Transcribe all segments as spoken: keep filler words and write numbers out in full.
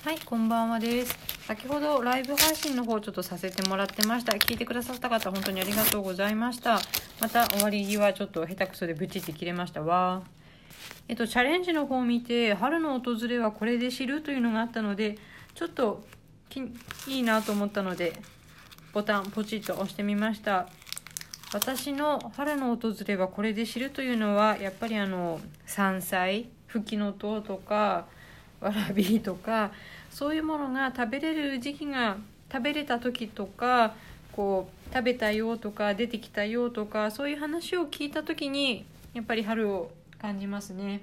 はい、こんばんはです。先ほどライブ配信の方ちょっとさせてもらってました。聞いてくださった方本当にありがとうございました。また終わり際ちょっと下手くそでブチって切れましたわ。えっとチャレンジの方を見て春の訪れはこれで知るというのがあったので、ちょっときいいなと思ったのでボタンポチッと押してみました。私の春の訪れはこれで知るというのはやっぱりあの山菜、フキノトウとかわらびとかそういうものが食べれる時期が食べれた時とか、こう食べたよとか出てきたよとかそういう話を聞いた時にやっぱり春を感じますね。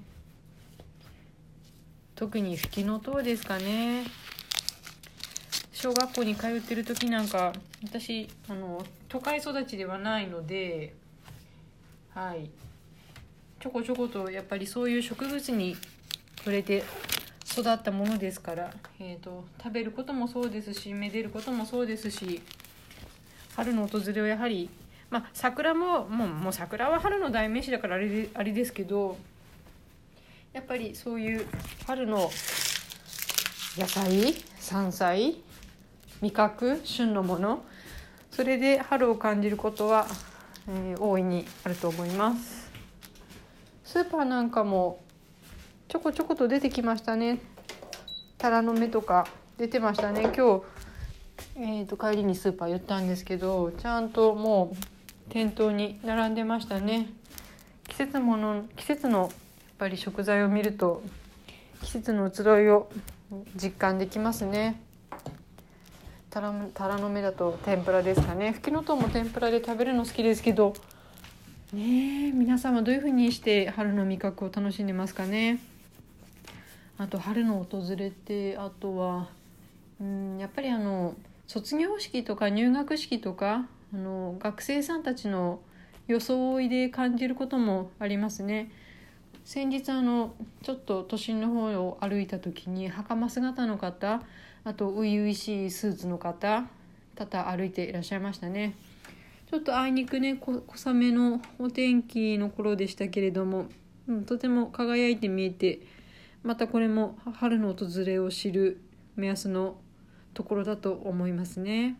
特にフキノトウですかね。小学校に通ってる時なんか私あの都会育ちではないので、はいちょこちょことやっぱりそういう植物に触れて育ったものですから、えーと、食べることもそうですしめでることもそうですし、春の訪れはやはり、まあ、桜ももう、もう桜は春の代名詞だからあれで、あれですけど、やっぱりそういう春の野菜、山菜、味覚、旬のもの、それで春を感じることは、えー、大いにあると思います。スーパーなんかもちょこちょこと出てきましたね。タラの芽とか出てましたね。今日、えー、と帰りにスーパー寄ったんですけど、ちゃんともう店頭に並んでましたね。季節もの季節のやっぱり食材を見ると季節の移ろいを実感できますね。タラ、タラの芽だと天ぷらですかね。フキノトウも天ぷらで食べるの好きですけどねえ、皆さんはどういうふうにして春の味覚を楽しんでますかね。あと春の訪れってあとはうんやっぱりあの卒業式とか入学式とかあの学生さんたちの装いで感じることもありますね。先日あのちょっと都心の方を歩いた時に袴姿の方、あと初々しいスーツの方多々歩いていらっしゃいましたね。ちょっとあいにくね小雨のお天気の頃でしたけれども、うん、とても輝いて見えて、またこれも春の訪れを知る目安のところだと思いますね。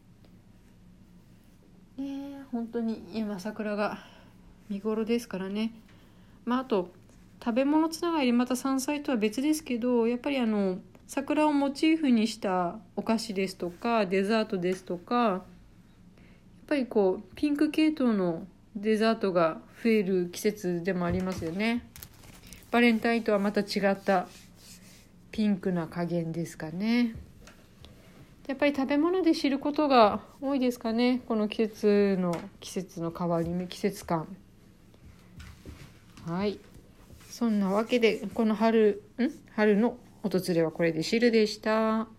ね、本当に今桜が見頃ですからね。まあ、あと食べ物つながりまた山菜とは別ですけど、やっぱりあの桜をモチーフにしたお菓子ですとかデザートですとか、やっぱりこうピンク系統のデザートが増える季節でもありますよね。バレンタインとはまた違ったピンクな加減ですかね。やっぱり食べ物で知ることが多いですかね。この季節の季節の変わり目、季節感。はい。そんなわけでこの春、ん春の訪れはこれで知るでした。